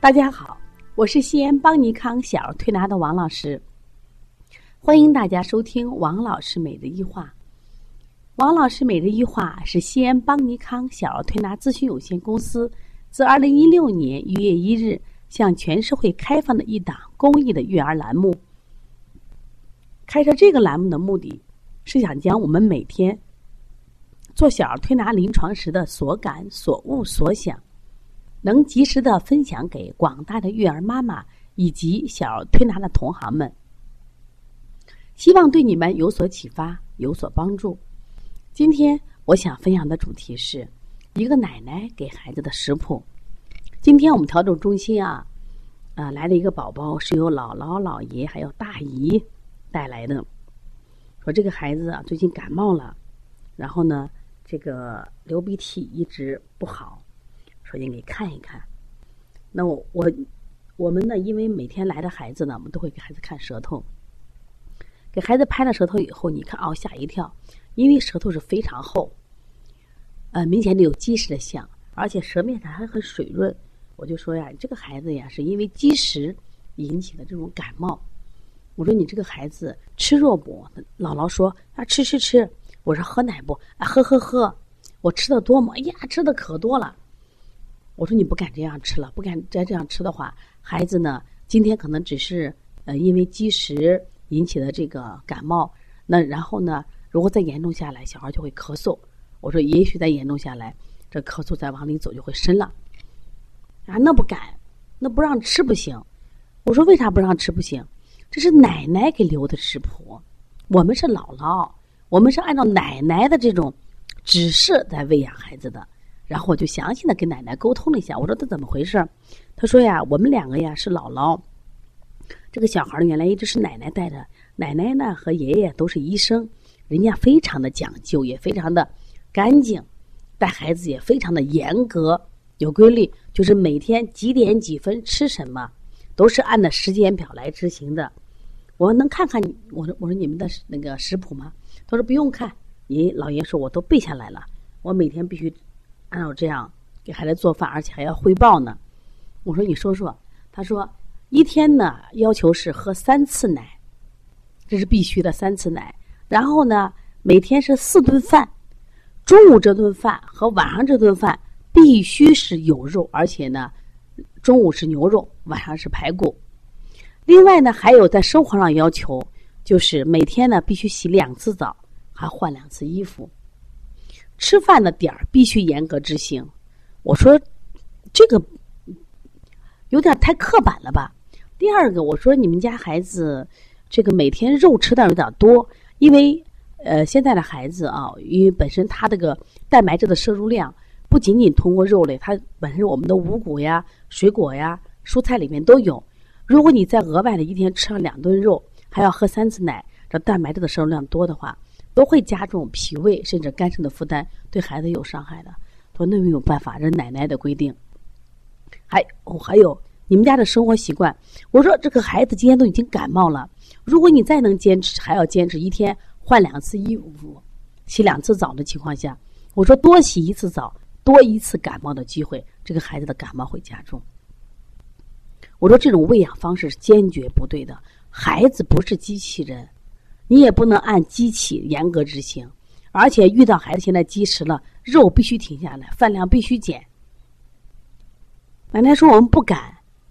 大家好，我是西安邦尼康小儿推拿的王老师，欢迎大家收听王老师每日一话。王老师每日一话是西安邦尼康小儿推拿咨询有限公司自2016年1月1日向全社会开放的一档公益的育儿栏目。开设这个栏目的目的是想将我们每天做小儿推拿临床时的所感、所悟、所想，能及时的分享给广大的育儿妈妈以及小儿推拿的同行们，希望对你们有所启发，有所帮助。今天我想分享的主题是一个奶奶给孩子的食谱。今天我们调整中心来了一个宝宝，是由姥姥、姥爷还有大姨带来的。说这个孩子最近感冒了，然后呢这个流鼻涕一直不好，说你给看一看。那我们呢，因为每天来的孩子呢，我们都会给孩子看舌头，给孩子拍了舌头以后，你看吓一跳，因为舌头是非常厚，明显的有积食的象，而且舌面上还很水润。我就说呀，这个孩子呀是因为积食引起的这种感冒。我说你这个孩子吃肉不？姥姥说吃。我说喝奶不？喝。我吃的多吗？哎呀，吃的可多了。我说你不敢这样吃了，不敢再这样吃的话，孩子呢今天可能只是因为积食引起的这个感冒，那然后呢如果再严重下来，小孩就会咳嗽。我说也许再严重下来，这咳嗽再往里走就会深了。那不敢，那不让吃不行。我说为啥不让吃不行？这是奶奶给留的食谱，我们是姥姥，我们是按照奶奶的这种指示在喂养孩子的。然后我就详细的跟奶奶沟通了一下，我说这怎么回事？他说呀，我们两个呀是姥姥，这个小孩原来一直是奶奶带的，奶奶呢和爷爷都是医生，人家非常的讲究，也非常的干净，带孩子也非常的严格有规律，就是每天几点几分吃什么都是按照时间表来执行的。我能看看你，我说你们的那个食谱吗？他说不用看，老爷说我都背下来了，我每天必须按照这样给孩子做饭，而且还要汇报呢。我说你说说。他说一天呢要求是喝3次奶，这是必须的3次奶。然后呢每天是4顿饭，中午这顿饭和晚上这顿饭必须是有肉，而且呢中午是牛肉，晚上是排骨。另外呢还有在生活上要求，就是每天呢必须洗2次澡，还换2次衣服。吃饭的点儿必须严格执行。我说这个有点太刻板了吧。第二个，我说你们家孩子这个每天肉吃的有点多，因为现在的孩子因为本身他这个蛋白质的摄入量不仅仅通过肉类，它本身我们的五谷呀、水果呀、蔬菜里面都有。如果你再额外的一天吃了2顿肉，还要喝3次奶，这蛋白质的摄入量多的话，都会加重脾胃甚至肝肾的负担，对孩子有伤害的。说那没有办法，这是奶奶的规定。还有你们家的生活习惯。我说这个孩子今天都已经感冒了，如果你再能坚持，还要坚持一天换2次衣服，洗2次澡的情况下，我说多洗1次澡，多1次感冒的机会，这个孩子的感冒会加重。我说这种喂养方式是坚决不对的，孩子不是机器人，你也不能按机器严格执行，而且遇到孩子现在积食了，肉必须停下来，饭量必须减。奶奶说我们不敢，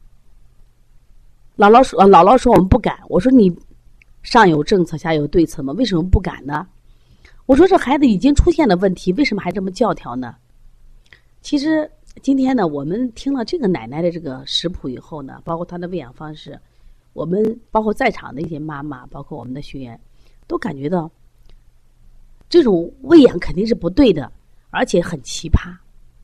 姥姥说我们不敢。我说你上有政策下有对策吗？为什么不敢呢？我说这孩子已经出现了问题，为什么还这么教条呢？其实今天呢，我们听了这个奶奶的这个食谱以后呢，包括她的喂养方式，我们包括在场的一些妈妈，包括我们的学员，都感觉到这种喂养肯定是不对的，而且很奇葩，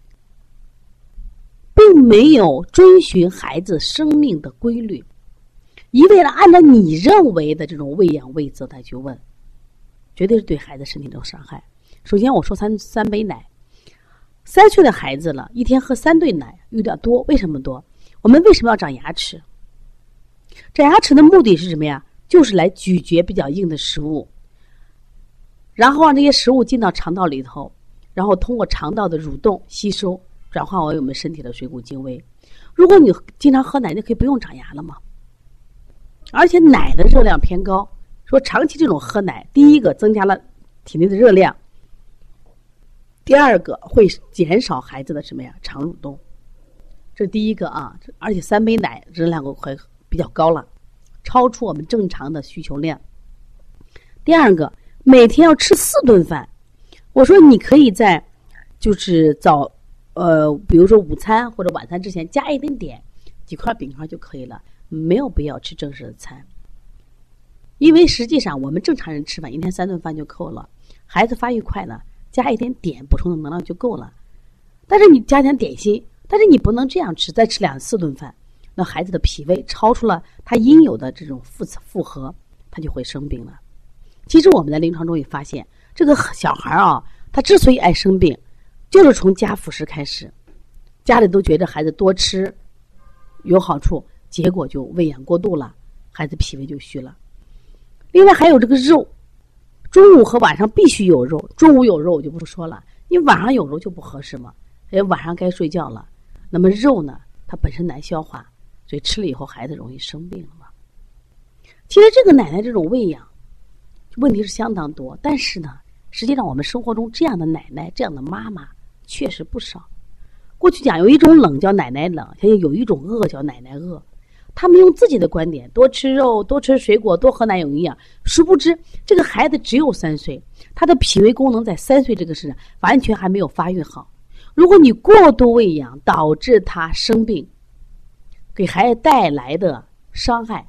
并没有遵循孩子生命的规律，一味的按照你认为的这种喂养喂择来去问，绝对是对孩子身体有伤害。首先我说三杯奶，3岁的孩子了，一天喝3顿奶有点多。为什么多？我们为什么要长牙齿？长牙齿的目的是什么呀？就是来咀嚼比较硬的食物，然后让这些食物进到肠道里头，然后通过肠道的蠕动吸收，转化为我们身体的水谷精微。 如果你经常喝奶，你可以不用长牙了嘛。而且奶的热量偏高，说长期这种喝奶，第一个增加了体内的热量，第二个会减少孩子的什么呀？肠蠕动。这是第一个啊，而且3杯奶热量会比较高了，超出我们正常的需求量。第二个，每天要吃4顿饭。我说你可以在就是比如说午餐或者晚餐之前加一点点几块饼干就可以了，没有必要吃正式的餐。因为实际上我们正常人吃饭1天3顿饭就够了，孩子发育快呢，加一点点补充的能量就够了。但是你加点点心，但是你不能这样吃，再吃4顿饭，那孩子的脾胃超出了他应有的这种负荷，他就会生病了。其实我们在临床中也发现，这个小孩啊，他之所以爱生病，就是从加辅食开始，家里都觉得孩子多吃有好处，结果就喂养过度了，孩子脾胃就虚了。另外还有这个肉，中午和晚上必须有肉，中午有肉我就不说了，你晚上有肉就不合适嘛，因为晚上该睡觉了。那么肉呢，它本身难消化，所以吃了以后孩子容易生病了嘛。其实这个奶奶这种喂养问题是相当多，但是呢，实际上我们生活中这样的奶奶这样的妈妈确实不少。过去讲有一种冷叫奶奶冷，现在有一种饿叫奶奶饿。他们用自己的观点，多吃肉，多吃水果，多喝奶有营养，殊不知这个孩子只有3岁，他的脾胃功能在3岁这个时完全还没有发育好。如果你过度喂养导致他生病，给孩子带来的伤害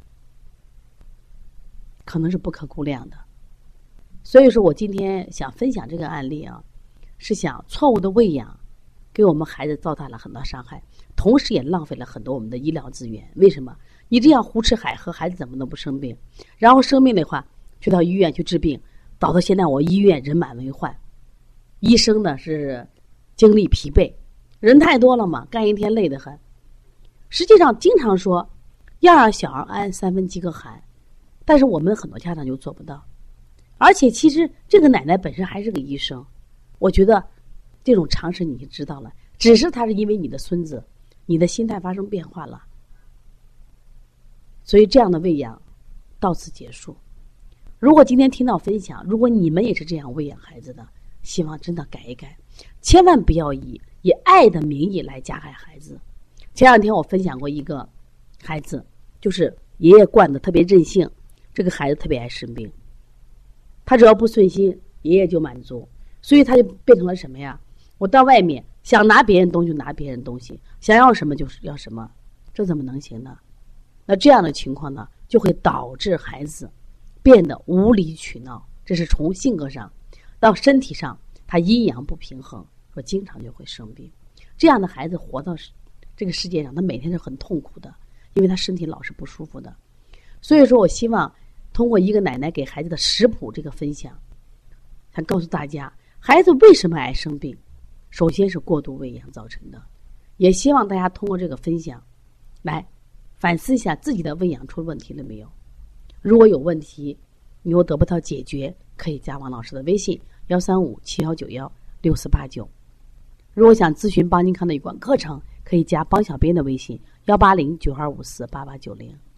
可能是不可估量的。所以说我今天想分享这个案例啊，是想错误的喂养给我们孩子造成了很多伤害，同时也浪费了很多我们的医疗资源。为什么？你这样胡吃海喝，孩子怎么能不生病？然后生病的话，去到医院去治病，导致现在我医院人满为患，医生呢是精力疲惫，人太多了嘛，干一天累得很。实际上经常说要让小儿安3分饥饿寒，但是我们很多家长就做不到。而且其实这个奶奶本身还是个医生，我觉得这种常识你就知道了，只是他是因为你的孙子，你的心态发生变化了，所以这样的喂养到此结束。如果今天听到分享，如果你们也是这样喂养孩子的，希望真的改一改，千万不要以爱的名义来加害孩子。前2天我分享过一个孩子，就是爷爷惯的特别任性，这个孩子特别爱生病，他只要不顺心，爷爷就满足，所以他就变成了什么呀？我到外面想拿别人东西就拿别人东西，想要什么就是要什么，这怎么能行呢？那这样的情况呢，就会导致孩子变得无理取闹，这是从性格上到身体上，他阴阳不平衡，说经常就会生病。这样的孩子活到这个世界上，他每天是很痛苦的，因为他身体老是不舒服的。所以说我希望通过一个奶奶给孩子的食谱这个分享，想告诉大家孩子为什么爱生病，首先是过度喂养造成的。也希望大家通过这个分享来反思一下自己的喂养出问题了没有。如果有问题你又得不到解决，可以加王老师的微信13571916489。如果想咨询邦尼康的有关课程，可以加邦小编的微信18092548890。